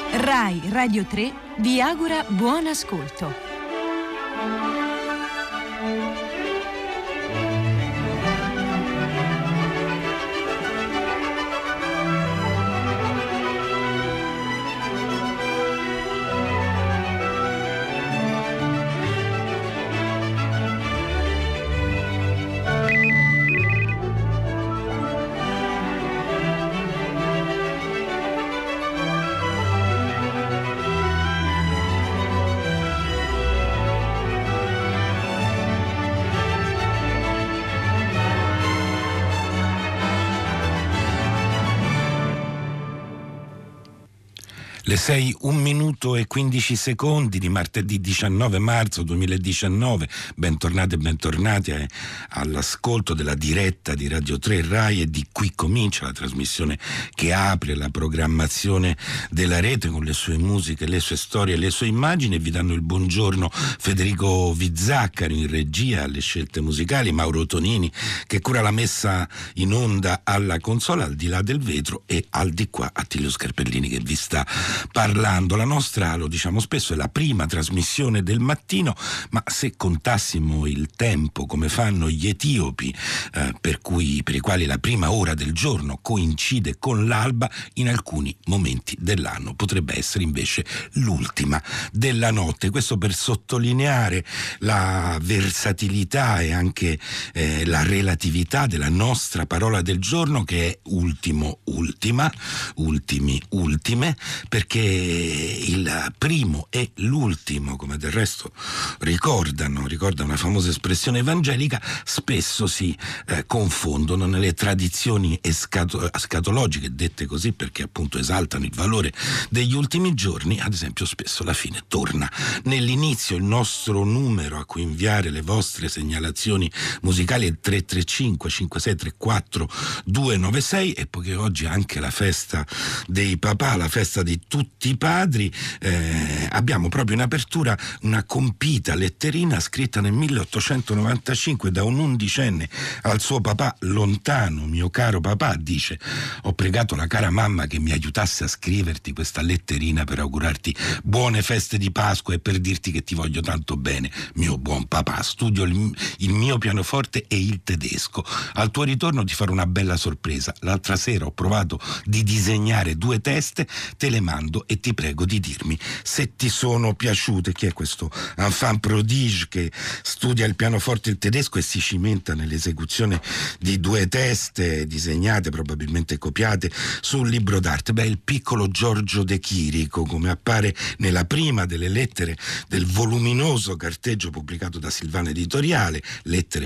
Rai Radio 3 vi augura buon ascolto. Le 6, 1 minuto e 15 secondi di martedì 19 marzo 2019. Bentornate e bentornati all'ascolto della diretta di Radio 3 Rai, e di qui comincia la trasmissione che apre la programmazione della rete con le sue musiche, le sue storie, le sue immagini. E vi danno il buongiorno Federico Vizzaccaro in regia alle scelte musicali, Mauro Tonini che cura la messa in onda alla console, al di là del vetro, e al di qua Attilio Scarpellini che vi sta parlando. La nostra, lo diciamo spesso, è la prima trasmissione del mattino, ma se contassimo il tempo come fanno gli etiopi, per i quali la prima ora del giorno coincide con l'alba, in alcuni momenti dell'anno potrebbe essere invece l'ultima della notte. Questo per sottolineare la versatilità e anche la relatività della nostra parola del giorno, che è ultimo, ultima, ultimi, ultime, perché il primo e l'ultimo, come del resto ricorda una famosa espressione evangelica, spesso si confondono nelle tradizioni escatologiche, dette così perché appunto esaltano il valore degli ultimi giorni. Ad esempio, spesso la fine torna nell'inizio. Il nostro numero a cui inviare le vostre segnalazioni musicali è il 335 5634 296, e poiché oggi è anche la festa dei papà, la festa di tutti i padri, abbiamo proprio in apertura una compita letterina scritta nel 1895 da un undicenne al suo papà lontano. Mio caro papà, dice, ho pregato la cara mamma che mi aiutasse a scriverti questa letterina per augurarti buone feste di Pasqua e per dirti che ti voglio tanto bene, mio buon papà. Studio il mio pianoforte e il tedesco. Al tuo ritorno ti farò una bella sorpresa. L'altra sera ho provato di disegnare 2 teste, te le mando e ti prego di dirmi se ti sono piaciute. Chi è questo enfant prodige che studia il pianoforte e il tedesco e si cimenta nell'esecuzione di 2 teste disegnate, probabilmente copiate, sul libro d'arte? Beh, il piccolo Giorgio De Chirico, come appare nella prima delle lettere del voluminoso carteggio pubblicato da Silvana Editoriale, lettere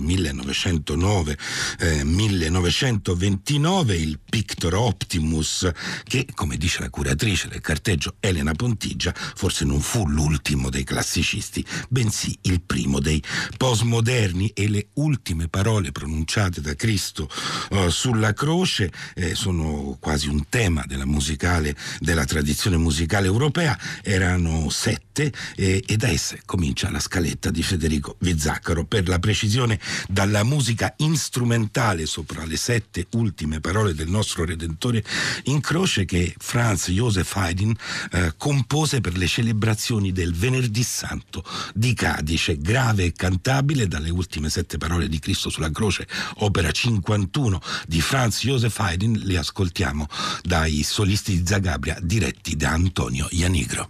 1909-1929, il Pictor Optimus, che, come dice la curatrice del carteggio Elena Pontigia, forse non fu l'ultimo dei classicisti, bensì il primo dei postmoderni. E le ultime parole pronunciate da Cristo sulla croce sono quasi un tema della tradizione musicale europea. Erano 7 e da esse comincia la scaletta di Federico Vizzaccaro. Per la precisione, dalla musica strumentale sopra le 7 ultime parole del nostro Redentore in croce, che Franz Joseph Haydn compose per le celebrazioni del Venerdì Santo di Cadice, grave e cantabile. Dalle ultime 7 parole di Cristo sulla croce, opera 51 di Franz Joseph Haydn, le ascoltiamo dai solisti di Zagabria diretti da Antonio Ianigro.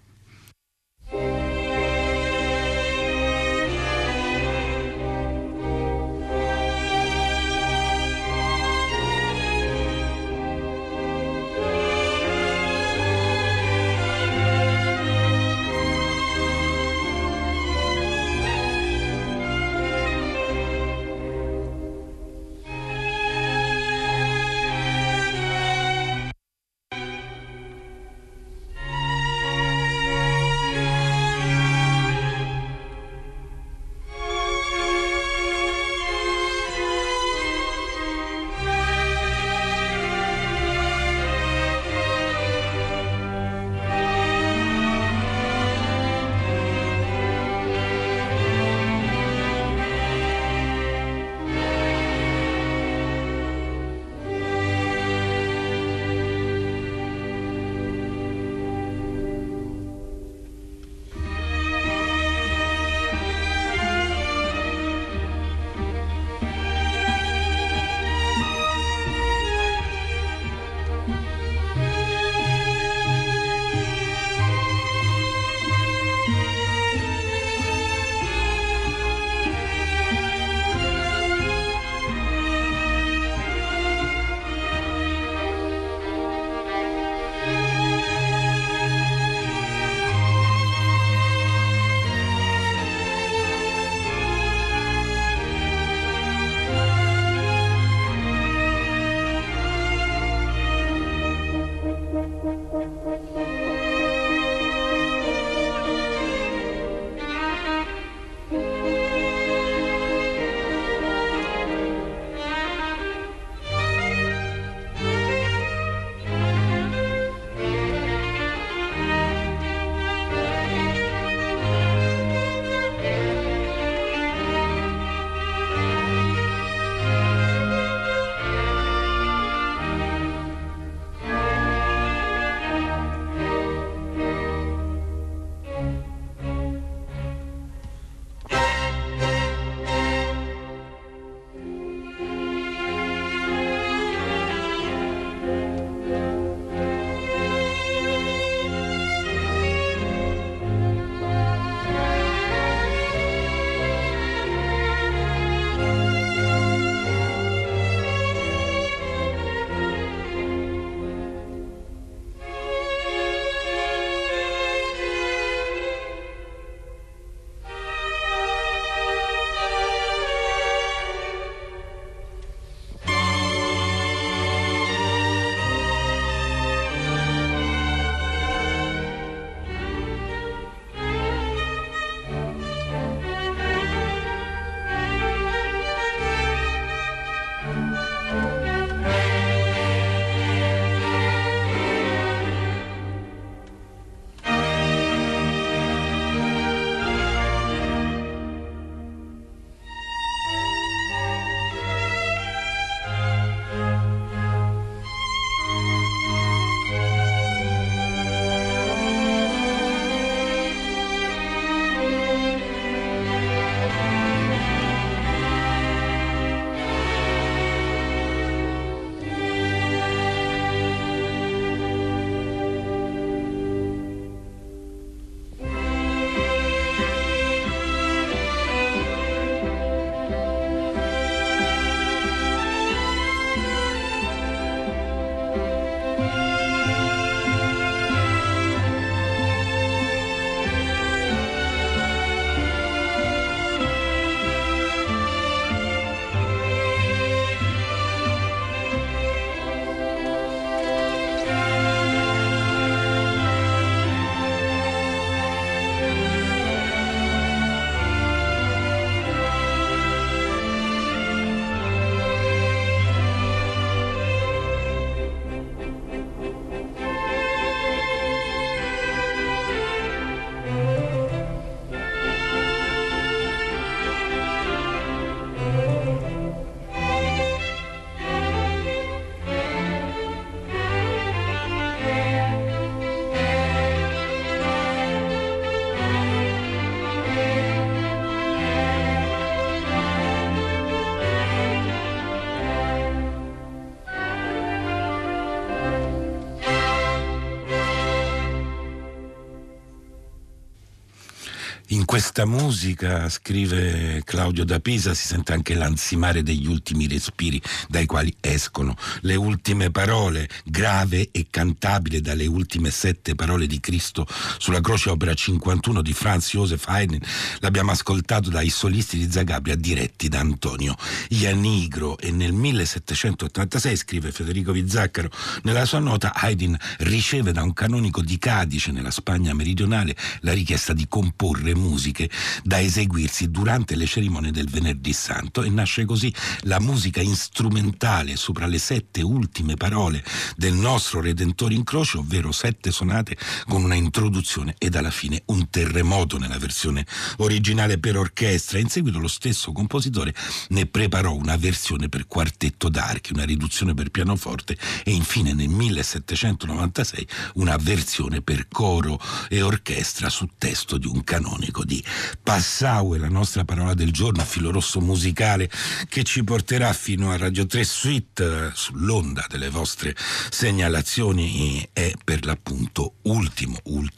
In questa musica, scrive Claudio da Pisa, si sente anche l'ansimare degli ultimi respiri dai quali escono le ultime parole, grave e cantabile dalle ultime 7 parole di Cristo sulla croce, opera 51 di Franz Joseph Haydn. L'abbiamo ascoltato dai solisti di Zagabria diretti da Antonio Ianigro, e nel 1786, scrive Federico Vizzaccaro nella sua nota, Haydn riceve da un canonico di Cadice nella Spagna meridionale la richiesta di comporre musiche da eseguirsi durante le cerimonie del Venerdì Santo, e nasce così la musica strumentale sopra le 7 ultime parole del nostro Redentore in croce, ovvero 7 sonate con una introduzione ed alla fine un terremoto nella versione originale per orchestra. In seguito lo stesso compositore ne preparò una versione per quartetto d'archi, una riduzione per pianoforte e infine nel 1796 una versione per coro e orchestra su testo di un canonico di Passau. È la nostra parola del giorno, filo rosso musicale che ci porterà fino a Radio 3 Suite sull'onda delle vostre segnalazioni, è per l'appunto ultimi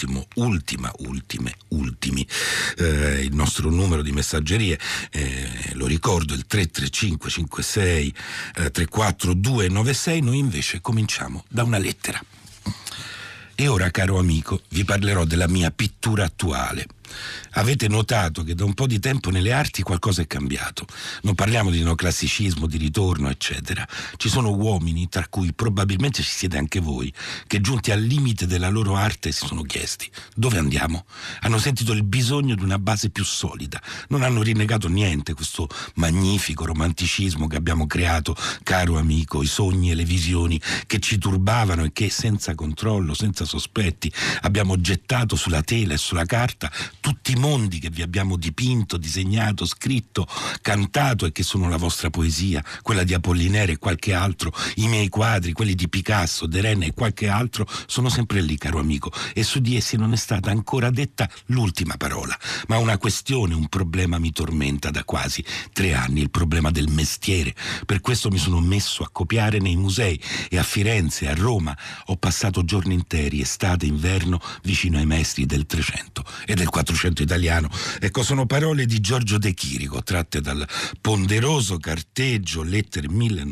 il nostro numero di messaggerie, lo ricordo, il 335 56 34 296. Noi invece cominciamo da una lettera. E ora, caro amico, vi parlerò della mia pittura attuale. Avete notato che da un po' di tempo nelle arti qualcosa è cambiato. Non parliamo di neoclassicismo, di ritorno, eccetera. Ci sono uomini, tra cui probabilmente ci siete anche voi, che giunti al limite della loro arte si sono chiesti: dove andiamo? Hanno sentito il bisogno di una base più solida. Non hanno rinnegato niente, questo magnifico romanticismo che abbiamo creato, caro amico, i sogni e le visioni che ci turbavano e che senza controllo, senza sospetti, abbiamo gettato sulla tela e sulla carta, tutti i mondi che vi abbiamo dipinto, disegnato, scritto, cantato e che sono la vostra poesia, quella di Apollinaire e qualche altro, i miei quadri, quelli di Picasso, Derain e qualche altro, sono sempre lì, caro amico, e su di essi non è stata ancora detta l'ultima parola. Ma una questione, un problema mi tormenta da quasi 3 anni, il problema del mestiere. Per questo mi sono messo a copiare nei musei, e a Firenze, a Roma ho passato giorni interi, estate, inverno, vicino ai maestri del 300 e del 400 italiano. Ecco, sono parole di Giorgio De Chirico, tratte dal ponderoso carteggio Lettere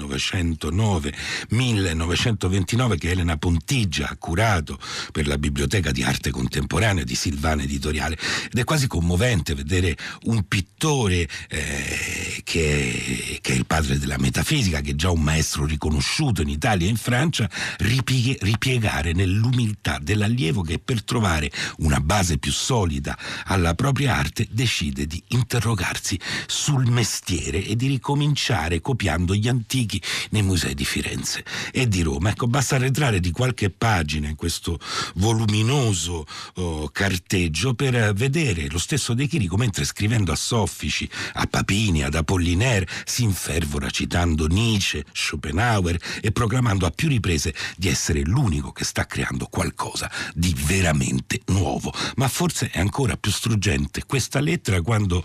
1909-1929 che Elena Pontigia ha curato per la Biblioteca di Arte Contemporanea di Silvana Editoriale, ed è quasi commovente vedere un pittore che è il padre della metafisica, che è già un maestro riconosciuto in Italia e in Francia, ripiegare nell'umiltà dell'allievo che, per trovare una base più solida alla propria arte, decide di interrogarsi sul mestiere e di ricominciare copiando gli antichi nei musei di Firenze e di Roma. Ecco, basta arretrare di qualche pagina in questo voluminoso carteggio per vedere lo stesso De Chirico mentre, scrivendo a soffici, a Papini, ad Apollinaire, si infervora citando Nietzsche, Schopenhauer e proclamando a più riprese di essere l'unico che sta creando qualcosa di veramente nuovo. Ma forse è ancora più struggente questa lettera quando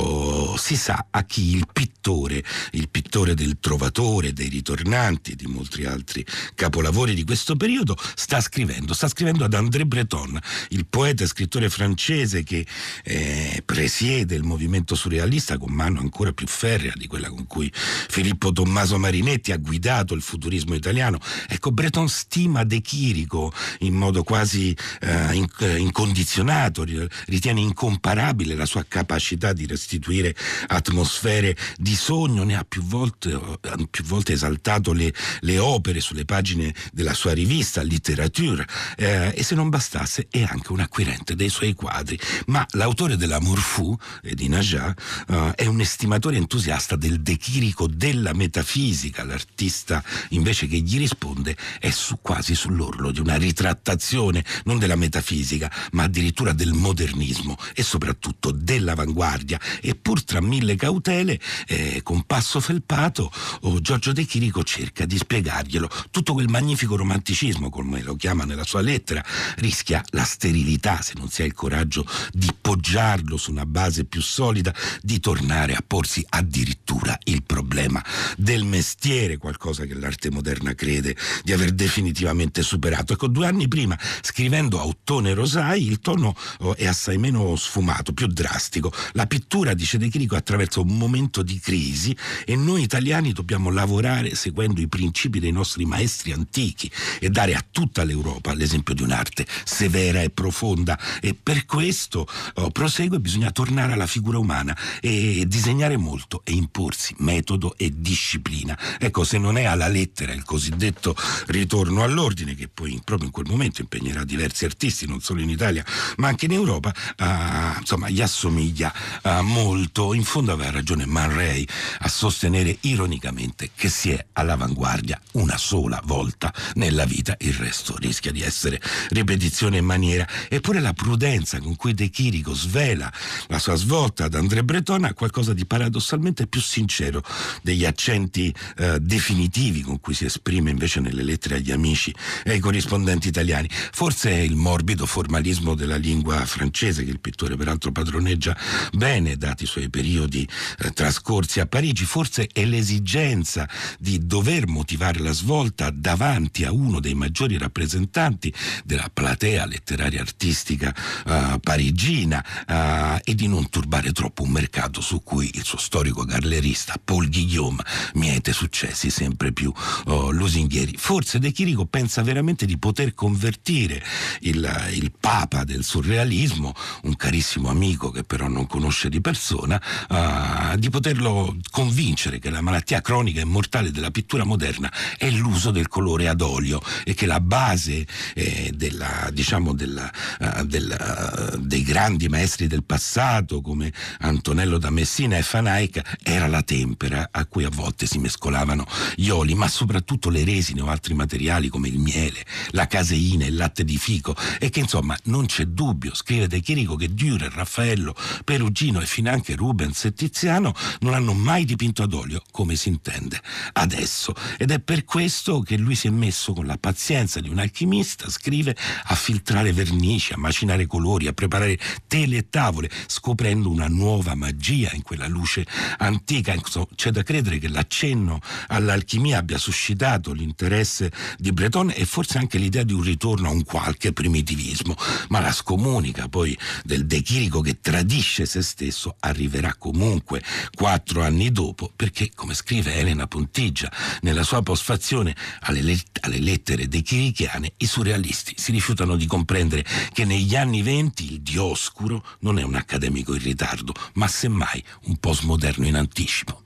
si sa a chi il pittore del Trovatore, dei Ritornanti e di molti altri capolavori di questo periodo sta scrivendo ad André Breton, il poeta e scrittore francese che presiede il movimento surrealista con mano ancora più ferrea di quella con cui Filippo Tommaso Marinetti ha guidato il futurismo italiano. Ecco, Breton stima De Chirico in modo quasi incondizionato, ritiene incomparabile la sua capacità di restituire atmosfere di sogno, ne ha più volte esaltato le opere sulle pagine della sua rivista Littérature, e se non bastasse è anche un acquirente dei suoi quadri. Ma l'autore dell'Amour Fou di Najat è un estimatore entusiasta del De Chirico della metafisica. L'artista invece che gli risponde è quasi sull'orlo di una ritrattazione non della metafisica ma addirittura del modernismo e soprattutto dell'avanguardia, e pur tra mille cautele, con passo felpato, Giorgio De Chirico cerca di spiegarglielo. Tutto quel magnifico romanticismo, come lo chiama nella sua lettera, rischia la sterilità se non si ha il coraggio di poggiarlo su una base più solida, di tornare a porsi addirittura il problema del mestiere, qualcosa che l'arte moderna crede di aver definitivamente superato. Ecco, 2 anni prima, scrivendo a Ottone Rosai, il tono è assai e meno sfumato, più drastico. La pittura, dice De Chirico, attraversa un momento di crisi e noi italiani dobbiamo lavorare seguendo i principi dei nostri maestri antichi e dare a tutta l'Europa l'esempio di un'arte severa e profonda, e per questo prosegue, bisogna tornare alla figura umana e disegnare molto e imporsi metodo e disciplina. Ecco, se non è alla lettera il cosiddetto ritorno all'ordine, che poi proprio in quel momento impegnerà diversi artisti non solo in Italia ma anche in Europa, insomma gli assomiglia molto. In fondo aveva ragione Man Ray a sostenere ironicamente che si è all'avanguardia una sola volta nella vita, il resto rischia di essere ripetizione e maniera. Eppure la prudenza con cui De Chirico svela la sua svolta ad André Breton ha qualcosa di paradossalmente più sincero degli accenti definitivi con cui si esprime invece nelle lettere agli amici e ai corrispondenti italiani. Forse è il morbido formalismo della lingua francese, che il pittore peraltro padroneggia bene dati i suoi periodi trascorsi a Parigi, forse è l'esigenza di dover motivare la svolta davanti a uno dei maggiori rappresentanti della platea letteraria artistica parigina e di non turbare troppo un mercato su cui il suo storico gallerista Paul Guillaume miete successi sempre più lusinghieri. Forse De Chirico pensa veramente di poter convertire il papa del surrealismo, un carissimo amico che però non conosce di persona, di poterlo convincere che la malattia cronica e mortale della pittura moderna è l'uso del colore ad olio e che la base dei grandi maestri del passato come Antonello da Messina e Van Eyck era la tempera a cui a volte si mescolavano gli oli, ma soprattutto le resine o altri materiali come il miele, la caseina, il latte di fico, e che insomma non c'è dubbio, scrive De Chirico, che Dürer, Raffaello, Perugino e finanche Rubens e Tiziano non hanno mai dipinto ad olio come si intende adesso, ed è per questo che lui si è messo con la pazienza di un alchimista, scrive, a filtrare vernici, a macinare colori, a preparare tele e tavole, scoprendo una nuova magia in quella luce antica. C'è da credere che l'accenno all'alchimia abbia suscitato l'interesse di Breton e forse anche l'idea di un ritorno a un qualche primitivismo, ma la scomunica poi del De Chirico che tradisce se stesso arriverà comunque 4 anni dopo, perché, come scrive Elena Pontigia nella sua postfazione alle lettere de chirichiane, i surrealisti si rifiutano di comprendere che negli anni '20 il Dioscuro non è un accademico in ritardo, ma semmai un postmoderno in anticipo.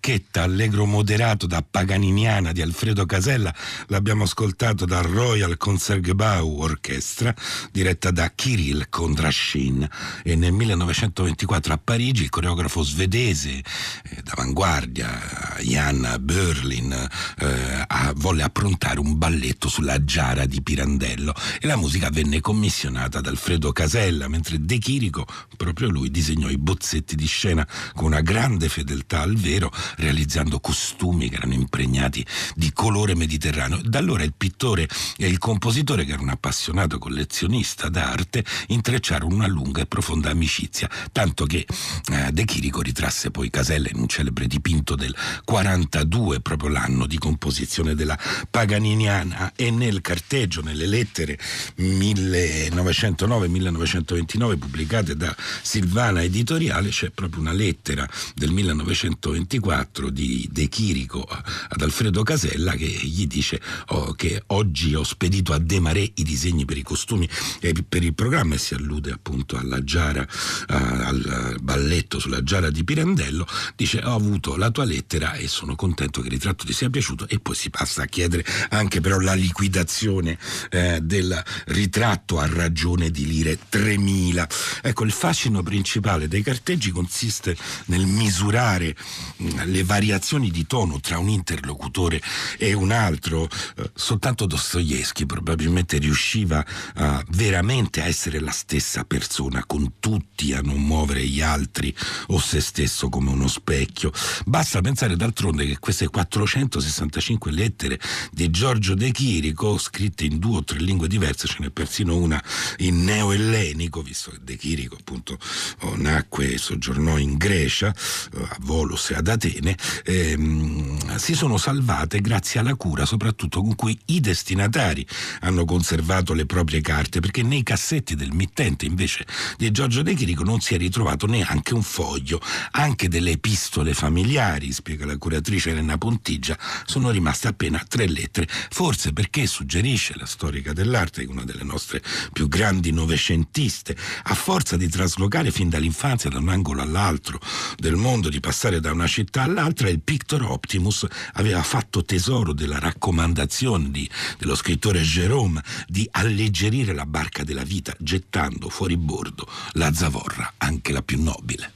polchetta allegro moderato da Paganiniana di Alfredo Casella, l'abbiamo ascoltato dal Royal Concertgebouw Orchestra diretta da Kirill Kondrashin, e nel 1924 a Parigi il coreografo svedese d'avanguardia Jan Berlin volle approntare un balletto sulla giara di Pirandello e la musica venne commissionata da Alfredo Casella, mentre De Chirico, proprio lui, disegnò i bozzetti di scena con una grande fedeltà al vero, realizzando costumi che erano impregnati di colore mediterraneo. Da allora il pittore e il compositore, che era un appassionato collezionista d'arte, intrecciarono una lunga e profonda amicizia, tanto che De Chirico ritrasse poi Casella in un celebre dipinto del 42, proprio l'anno di composizione della Paganiniana, e nel carteggio, nelle lettere 1909-1929 pubblicate da Silvana Editoriale, c'è proprio una lettera del 1924 di De Chirico ad Alfredo Casella, che gli dice che oggi ho spedito a Desmarais i disegni per i costumi e per il programma, e si allude appunto alla giara, al balletto sulla giara di Pirandello. Dice: ho avuto la tua lettera e sono contento che il ritratto ti sia piaciuto. E poi si passa a chiedere anche però la liquidazione del ritratto a ragione di lire 3.000. Ecco, il fascino principale dei carteggi consiste nel misurare le variazioni di tono tra un interlocutore e un altro. Soltanto Dostoevskij probabilmente riusciva veramente a essere la stessa persona, con tutti, a non muovere gli altri o se stesso come uno specchio. Basta pensare d'altronde che queste 465 lettere di Giorgio De Chirico, scritte in 2 o 3 lingue diverse, ce n'è persino una in neoellenico, visto che De Chirico appunto nacque e soggiornò in Grecia, a Volos e ad Atene, si sono salvate grazie alla cura soprattutto con cui i destinatari hanno conservato le proprie carte, perché nei cassetti del mittente invece di Giorgio De Chirico non si è ritrovato neanche un foglio. Anche delle epistole familiari, spiega la curatrice Elena Pontigia, sono rimaste appena 3 lettere, forse perché, suggerisce la storica dell'arte, una delle nostre più grandi novecentiste, a forza di traslocare fin dall'infanzia da un angolo all'altro del mondo, di passare da una città all'altra, il Pictor Optimus aveva fatto tesoro della raccomandazione dello scrittore Jérôme di alleggerire la barca della vita gettando fuori bordo la zavorra, anche la più nobile.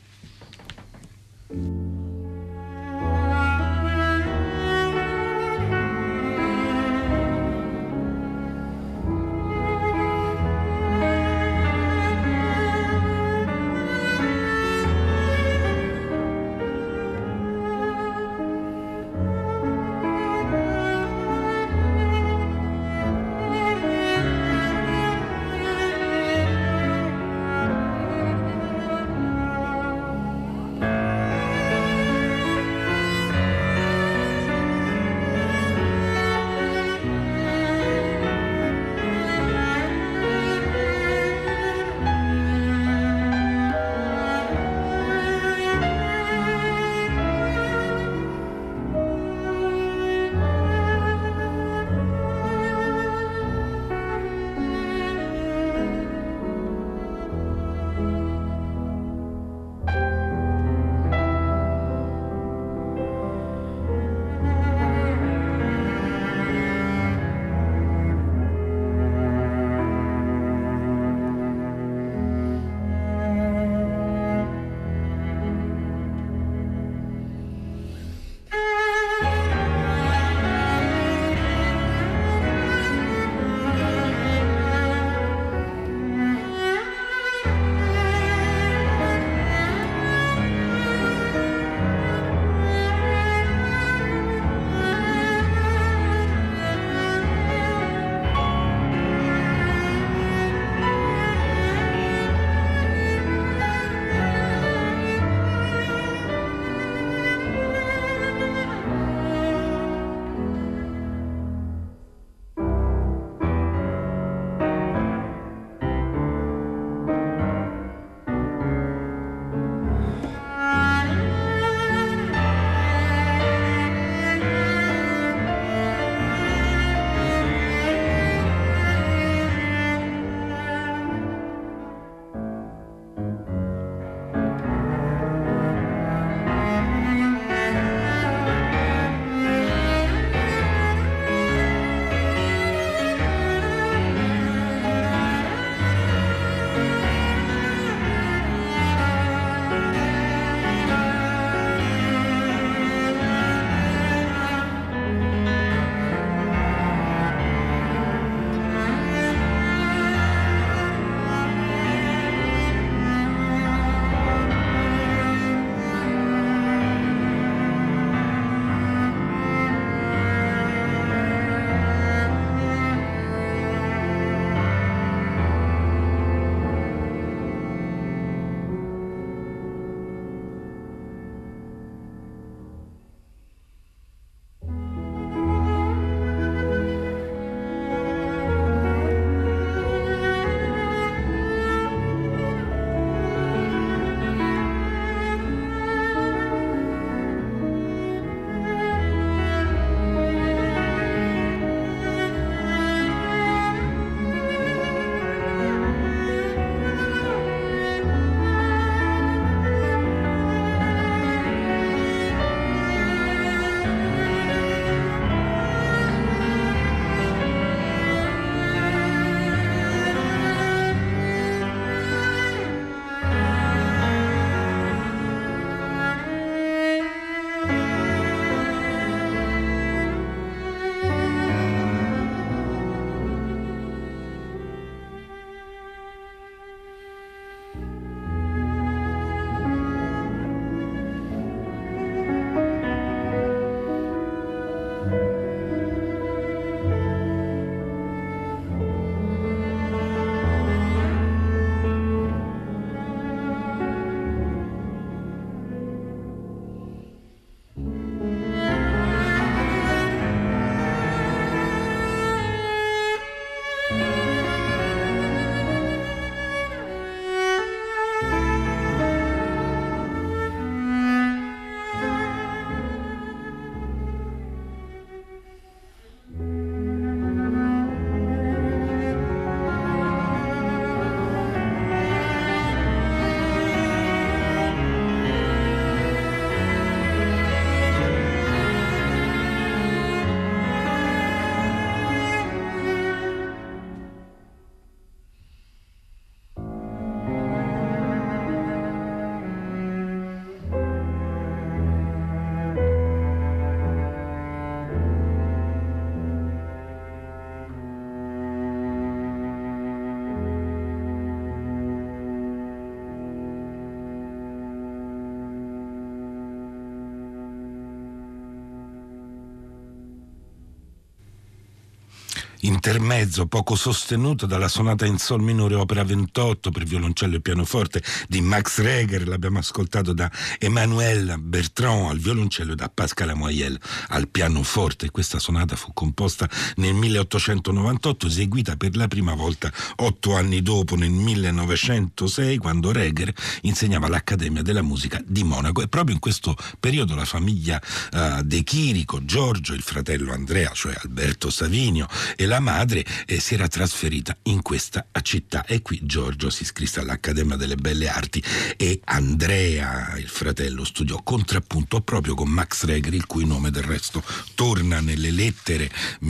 intermezzo poco sostenuto dalla sonata in sol minore opera 28 per violoncello e pianoforte di Max Reger. L'abbiamo ascoltato da Emmanuel Bertrand al violoncello e da Pascal Amoyel al pianoforte. Questa sonata fu composta nel 1898, eseguita per la prima volta 8 anni dopo, nel 1906, quando Reger insegnava all'Accademia della Musica di Monaco. E proprio in questo periodo la famiglia De Chirico, Giorgio, il fratello Andrea, cioè Alberto Savinio, e la madre si era trasferita in questa città, e qui Giorgio si iscrisse all'Accademia delle Belle Arti e Andrea, il fratello, studiò contrappunto proprio con Max Reger, il cui nome del resto torna nelle lettere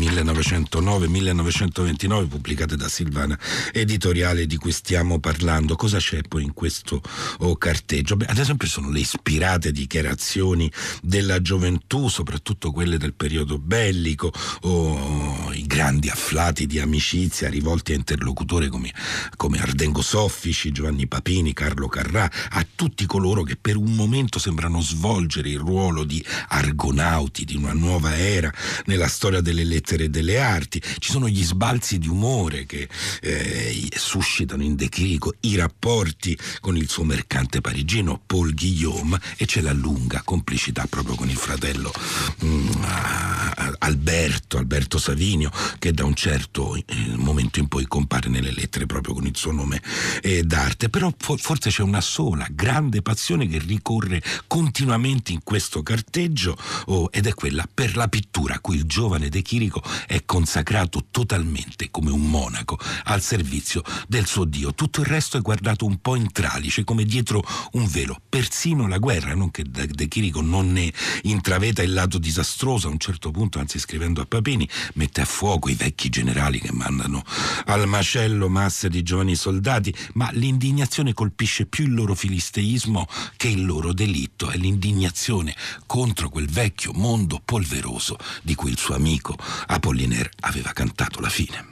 1909-1929 pubblicate da Silvana Editoriale di cui stiamo parlando. Cosa c'è poi in questo carteggio? Ad esempio sono le ispirate dichiarazioni della gioventù, soprattutto quelle del periodo bellico, o i grandi afflati di amicizia rivolti a interlocutori come Ardengo Soffici, Giovanni Papini, Carlo Carrà, a tutti coloro che per un momento sembrano svolgere il ruolo di argonauti di una nuova era nella storia delle lettere e delle arti. Ci sono gli sbalzi di umore che suscitano in De Chirico i rapporti con il suo mercante parigino Paul Guillaume, e c'è la lunga complicità proprio con il fratello Alberto Savinio, che da un certo momento in poi compare nelle lettere proprio con il suo nome d'arte. Però forse c'è una sola grande passione che ricorre continuamente in questo carteggio, ed è quella per la pittura, a cui il giovane De Chirico è consacrato totalmente come un monaco al servizio del suo Dio. Tutto il resto è guardato un po' in tralice, come dietro un velo. Persino la guerra, non che De Chirico non ne intraveda il lato disastroso. A un certo punto, anzi scrivendo a Papini, mette a fuoco i vecchi generali che mandano al macello masse di giovani soldati, ma l'indignazione colpisce più il loro filisteismo che il loro delitto. È l'indignazione contro quel vecchio mondo polveroso di cui il suo amico Apollinaire aveva cantato la fine.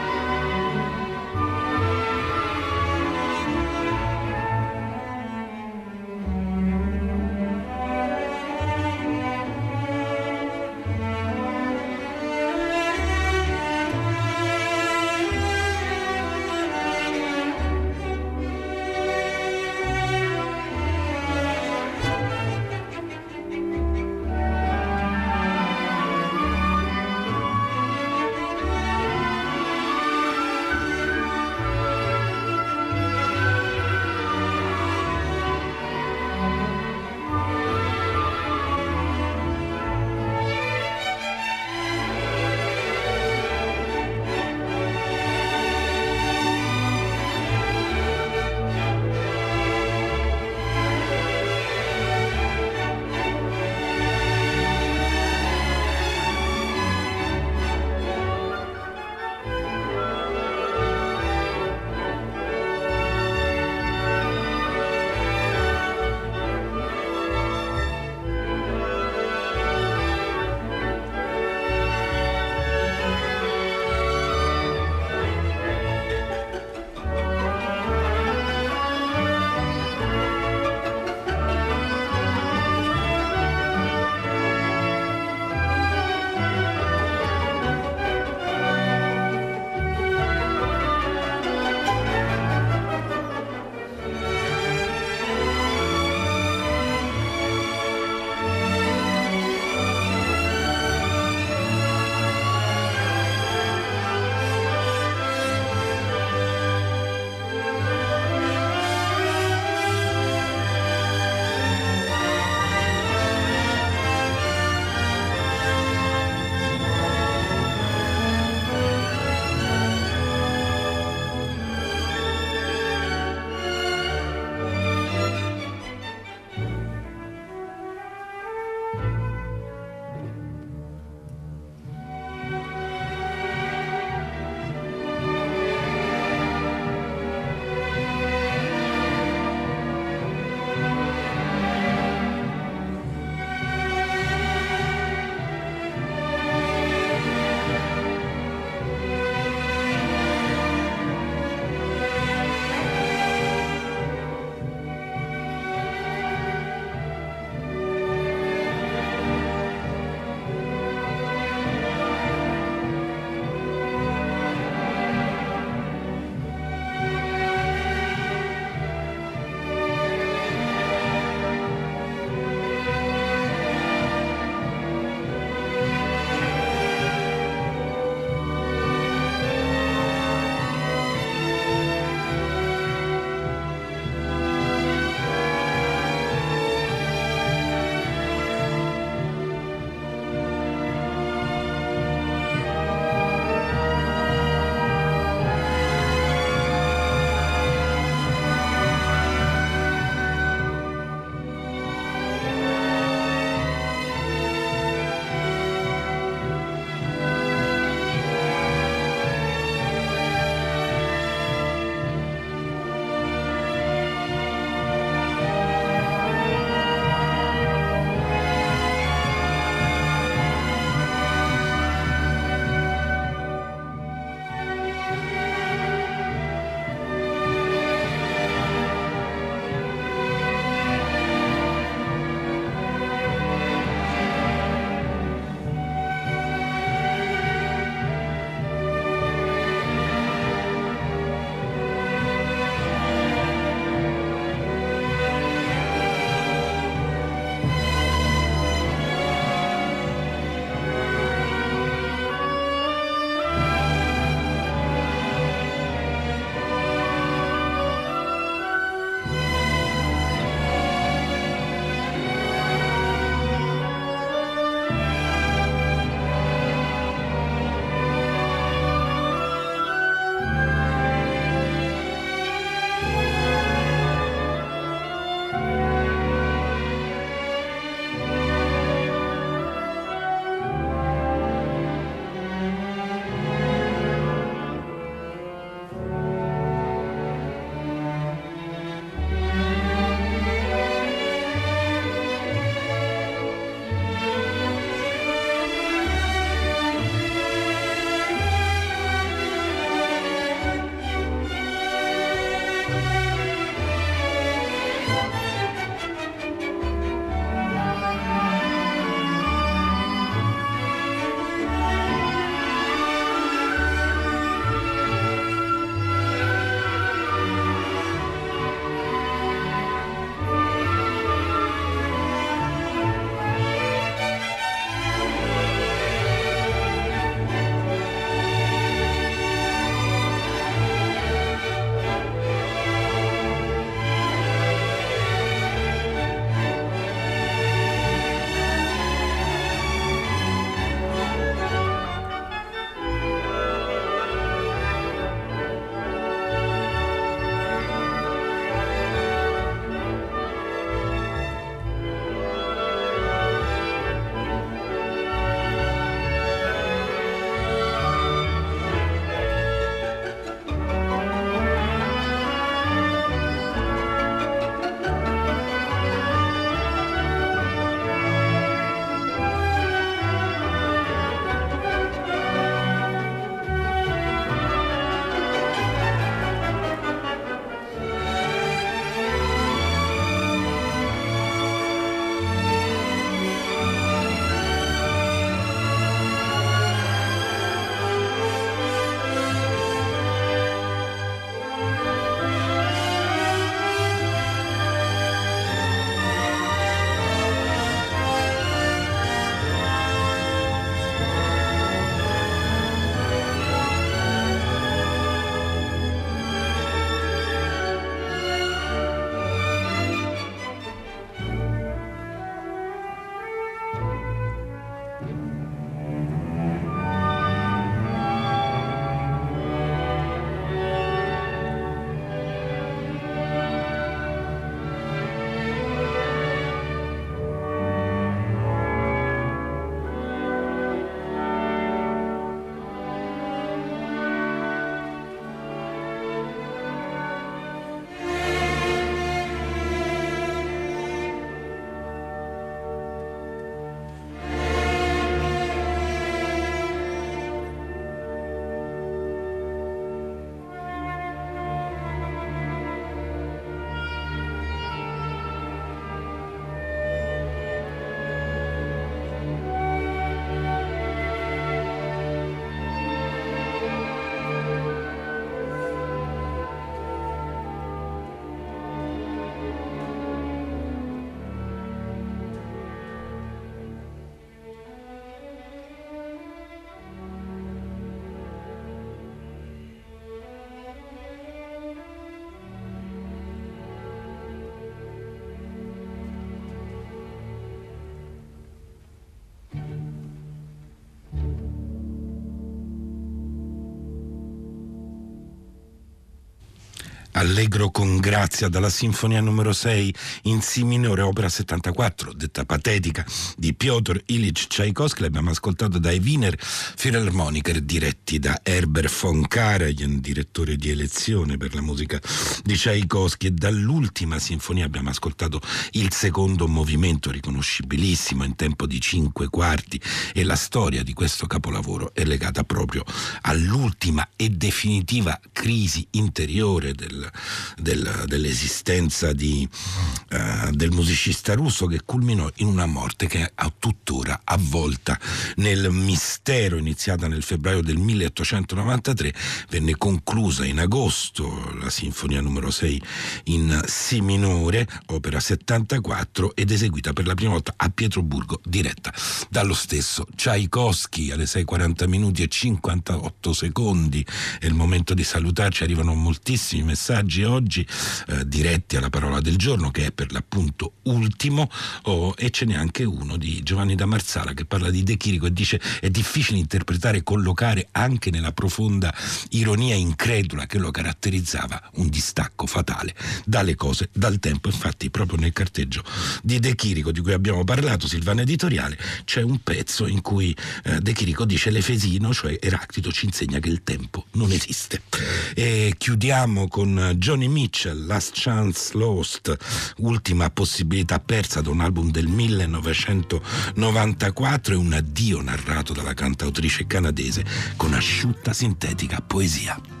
Allegro con grazia dalla Sinfonia numero 6 in Si minore, opera 74, detta patetica, di Piotr Ilyich Tchaikovsky. L'abbiamo ascoltato dai Wiener Philharmoniker, diretti da Herbert von Karajan, direttore di elezione per la musica di Tchaikovsky. E dall'ultima sinfonia abbiamo ascoltato il secondo movimento, riconoscibilissimo in tempo di 5 quarti, e la storia di questo capolavoro è legata proprio all'ultima e definitiva crisi interiore dell'esistenza del musicista russo, che culminò in una morte che è tuttora avvolta nel mistero. Iniziata nel febbraio del 1893, venne conclusa in agosto la Sinfonia numero 6 in Si minore, opera 74, ed eseguita per la prima volta a Pietroburgo, diretta dallo stesso Tchaikovsky. Alle 6:40 minuti e 58 secondi è il momento di salutarci. Arrivano moltissimi messaggi oggi diretti alla parola del giorno, che è per l'appunto ultimo, e ce n'è anche uno di Giovanni da Marsala che parla di De Chirico e dice: è difficile interpretare e collocare anche nella profonda ironia incredula che lo caratterizzava un distacco fatale dalle cose, dal tempo. Infatti proprio nel carteggio di De Chirico, di cui abbiamo parlato, Silvana Editoriale, c'è un pezzo in cui De Chirico dice: l'Efesino, cioè Eraclito, ci insegna che il tempo non esiste. E chiudiamo con Joni Mitchell, Last Chance Lost, ultima possibilità persa, da un album del 1994, e un addio narrato dalla cantautrice canadese con asciutta sintetica poesia.